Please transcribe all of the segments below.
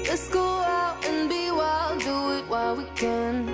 Let's go out and be wild, do it while we can.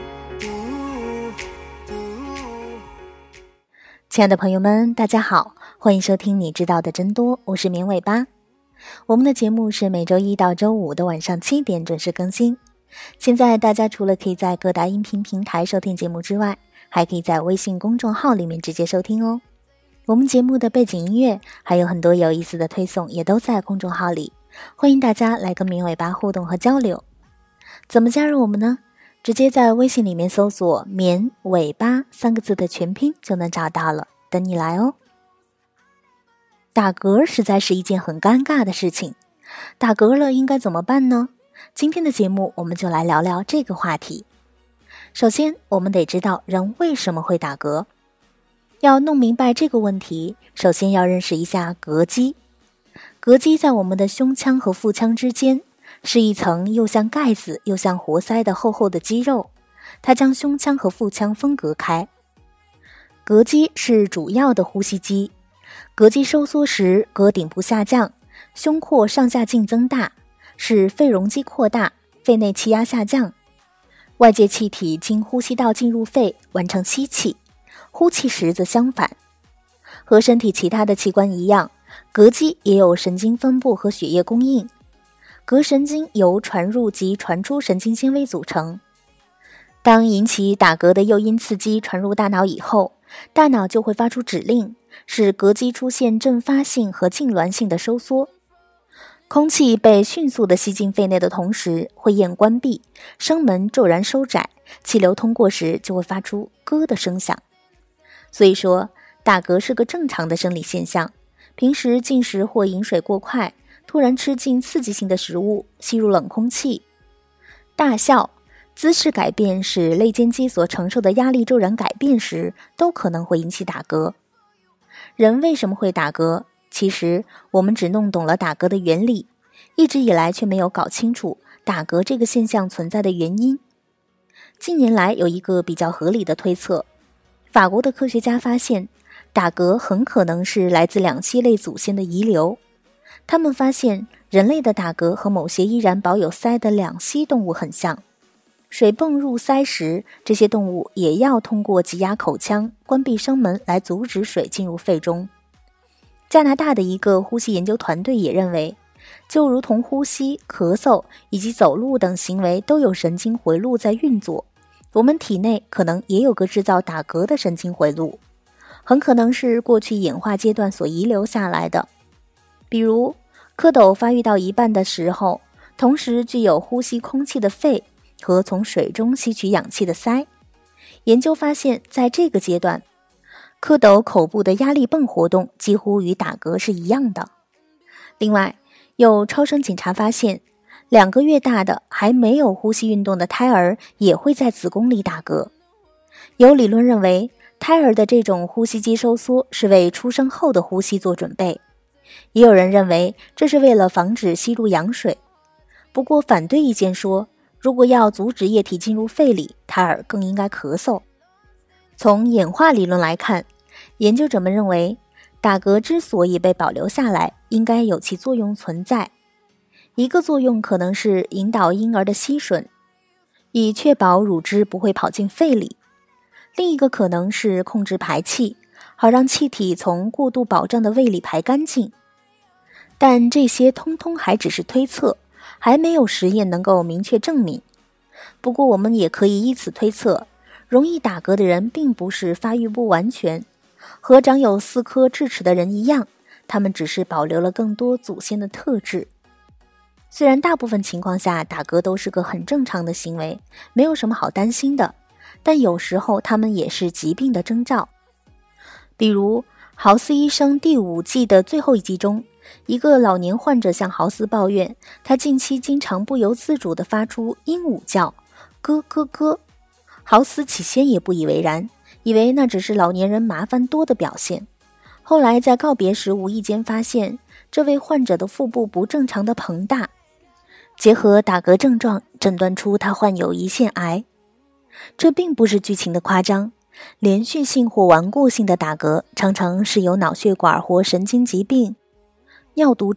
亲爱的朋友们，大家好，欢迎收听你知道的真多，我是绵尾巴。我们的节目是每周一到周五的晚上7点准时更新。现在大家除了可以在各大音频平台收听节目之外，还可以在微信公众号里面直接收听哦。我们节目的背景音乐还有很多有意思的推送也都在公众号里，欢迎大家来跟绵尾巴互动和交流。怎么加入我们呢？直接在微信里面搜索绵尾巴3个字的全拼就能找到了，等你来哦。打嗝实在是一件很尴尬的事情，打嗝了应该怎么办呢？今天的节目我们就来聊聊这个话题。首先我们得知道人为什么会打嗝。要弄明白这个问题，首先要认识一下膈肌。膈肌在我们的胸腔和腹腔之间，是一层又像盖子又像活塞的厚厚的肌肉，它将胸腔和腹腔分隔开。膈肌是主要的呼吸肌，膈肌收缩时，膈顶部下降，胸廓上下径增大，使肺容积扩大，肺内气压下降，外界气体经呼吸道进入肺，完成吸气，呼气时则相反。和身体其他的器官一样，膈肌也有神经分布和血液供应。膈神经由传入及传出神经纤维组成。当引起打嗝的诱因刺激传入大脑以后，大脑就会发出指令，使膈肌出现阵发性和痉挛性的收缩。空气被迅速地吸进肺内的同时，会咽关闭，声门骤然收窄，气流通过时就会发出咯的声响。所以说，打嗝是个正常的生理现象。平时进食或饮水过快，突然吃进刺激性的食物，吸入冷空气，大笑，姿势改变使肋间肌所承受的压力骤然改变时，都可能会引起打嗝。人为什么会打嗝？其实我们只弄懂了打嗝的原理，一直以来却没有搞清楚打嗝这个现象存在的原因。近年来有一个比较合理的推测，法国的科学家发现，打嗝很可能是来自两栖类祖先的遗留。他们发现人类的打嗝和某些依然保有鳃的两栖动物很像。水泵入鳃时，这些动物也要通过挤压口腔、关闭声门来阻止水进入肺中。加拿大的一个呼吸研究团队也认为，就如同呼吸、咳嗽以及走路等行为都有神经回路在运作，我们体内可能也有个制造打嗝的神经回路，很可能是过去演化阶段所遗留下来的。比如蝌蚪发育到一半的时候，同时具有呼吸空气的肺和从水中吸取氧气的鳃。研究发现，在这个阶段，蝌蚪口部的压力泵活动几乎与打嗝是一样的。另外，有超声检查发现，2个月大的还没有呼吸运动的胎儿也会在子宫里打嗝。有理论认为，胎儿的这种呼吸肌收缩是为出生后的呼吸做准备。也有人认为这是为了防止吸入羊水。不过反对意见说，如果要阻止液体进入肺里，胎儿更应该咳嗽。从演化理论来看，研究者们认为，打嗝之所以被保留下来，应该有其作用存在。一个作用可能是引导婴儿的吸吮，以确保乳汁不会跑进肺里。另一个可能是控制排气，好让气体从过度饱胀的胃里排干净。但这些通通还只是推测，还没有实验能够明确证明。不过我们也可以依此推测，容易打嗝的人并不是发育不完全，和长有4颗智齿的人一样，他们只是保留了更多祖先的特质。虽然大部分情况下打嗝都是个很正常的行为，没有什么好担心的，但有时候他们也是疾病的征兆。比如豪斯医生第5季的最后一集中，一个老年患者向豪斯抱怨，他近期经常不由自主地发出鹦鹉叫，咯咯咯。豪斯起先也不以为然，以为那只是老年人麻烦多的表现。后来在告别时无意间发现，这位患者的腹部不正常的膨大，结合打嗝症状诊断出他患有胰腺癌。这并不是剧情的夸张，连续性或顽固性的打嗝常常是由脑血管或神经疾病、尿毒症、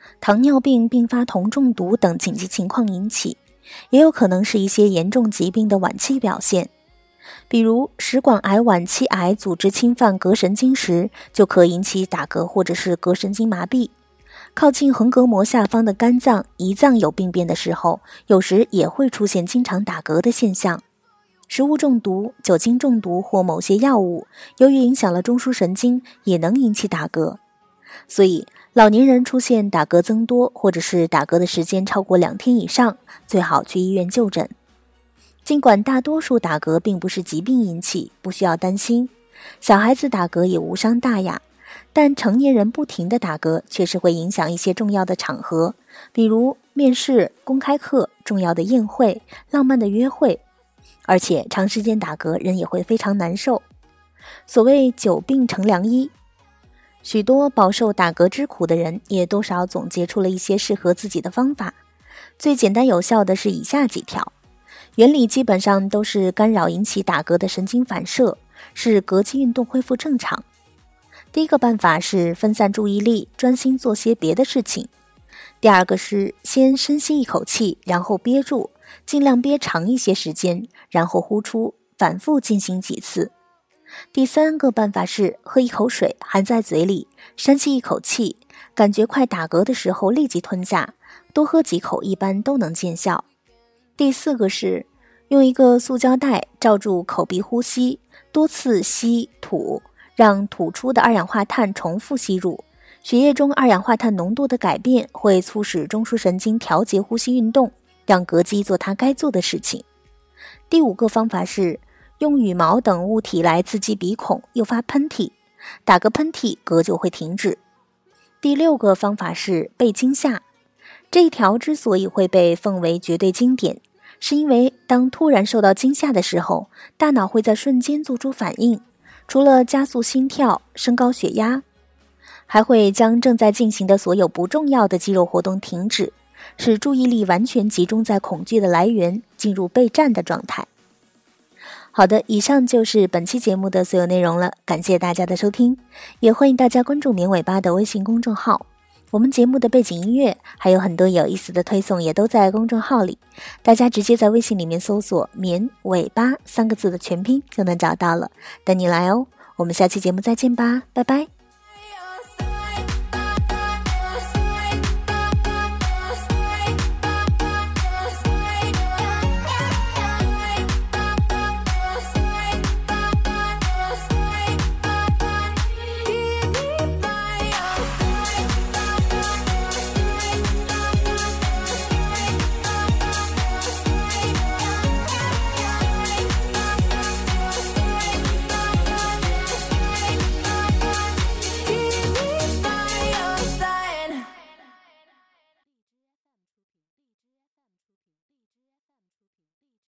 糖尿病并发酮中毒等紧急情况引起，也有可能是一些严重疾病的晚期表现。比如食管癌晚期癌组织侵犯膈神经时，就可引起打嗝或者是膈神经麻痹。靠近横膈膜下方的肝脏、胰脏有病变的时候，有时也会出现经常打嗝的现象。食物中毒、酒精中毒或某些药物，由于影响了中枢神经，也能引起打嗝。所以老年人出现打嗝增多，或者是打嗝的时间超过2天以上，最好去医院就诊。尽管大多数打嗝并不是疾病引起，不需要担心，小孩子打嗝也无伤大雅，但成年人不停地打嗝确实会影响一些重要的场合，比如面试、公开课、重要的宴会、浪漫的约会，而且长时间打嗝人也会非常难受。所谓久病成良医，许多饱受打嗝之苦的人也多少总结出了一些适合自己的方法。最简单有效的是以下几条，原理基本上都是干扰引起打嗝的神经反射，使膈肌运动恢复正常。第一个办法是分散注意力，专心做些别的事情。第二个是先深吸一口气，然后憋住，尽量憋长一些时间，然后呼出，反复进行几次。第三个办法是喝一口水，含在嘴里，深吸一口气，感觉快打嗝的时候立即吞下，多喝几口一般都能见效。第四个是用一个塑胶袋罩住口鼻呼吸，多次吸吐，让吐出的二氧化碳重复吸入。血液中二氧化碳浓度的改变会促使中枢神经调节呼吸运动，让膈肌做它该做的事情。第五个方法是用羽毛等物体来刺激鼻孔，诱发喷嚏，打个喷嚏，膈就会停止。第六个方法是背惊吓，这一条之所以会被奉为绝对经典，是因为当突然受到惊吓的时候，大脑会在瞬间做出反应，除了加速心跳、升高血压，还会将正在进行的所有不重要的肌肉活动停止，使注意力完全集中在恐惧的来源，进入备战的状态。好的，以上就是本期节目的所有内容了，感谢大家的收听，也欢迎大家关注棉尾巴的微信公众号。我们节目的背景音乐还有很多有意思的推送也都在公众号里，大家直接在微信里面搜索棉尾巴3个字的全拼就能找到了，等你来哦。我们下期节目再见吧，拜拜。